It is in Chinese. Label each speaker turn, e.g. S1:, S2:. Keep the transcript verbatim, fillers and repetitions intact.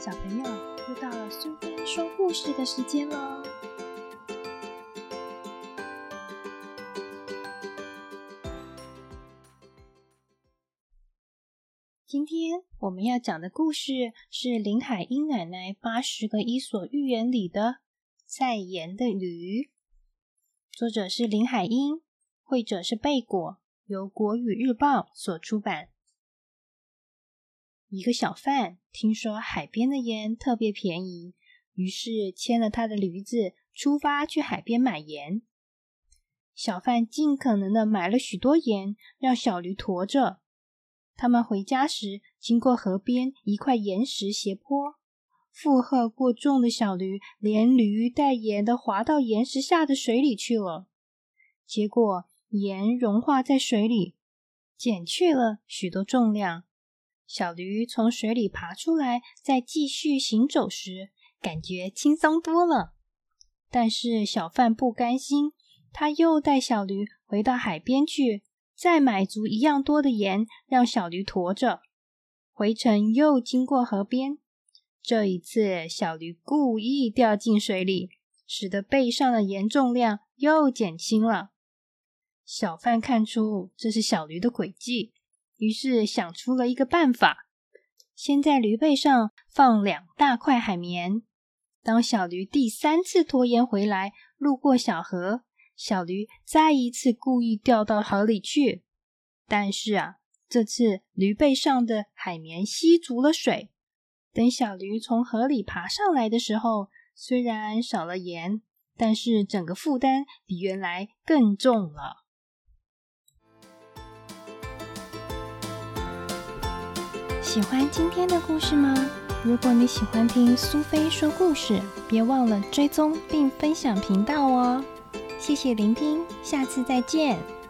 S1: 小朋友，又到了苏菲说故事的时间咯。今天我们要讲的故事是林海音奶奶八十个伊索寓言里的在盐的驴。作者是林海音，绘者是贝果，由国语日报所出版。一个小贩听说海边的盐特别便宜，于是牵了他的驴子出发去海边买盐。小贩尽可能的买了许多盐，让小驴驮着。他们回家时，经过河边一块岩石斜坡，负荷过重的小驴连驴带盐都滑到岩石下的水里去了。结果盐融化在水里，减去了许多重量。小驴从水里爬出来，再继续行走时，感觉轻松多了。但是小贩不甘心，他又带小驴回到海边去，再买足一样多的盐，让小驴驮着。回程又经过河边，这一次小驴故意掉进水里，使得背上的盐重量又减轻了。小贩看出这是小驴的诡计，于是想出了一个办法，先在驴背上放两大块海绵。当小驴第三次拖盐回来，路过小河，小驴再一次故意掉到河里去。但是啊，这次驴背上的海绵吸足了水。等小驴从河里爬上来的时候，虽然少了盐，但是整个负担比原来更重了。喜欢今天的故事吗？如果你喜欢听苏菲说故事，别忘了追踪并分享频道哦。谢谢聆听，下次再见。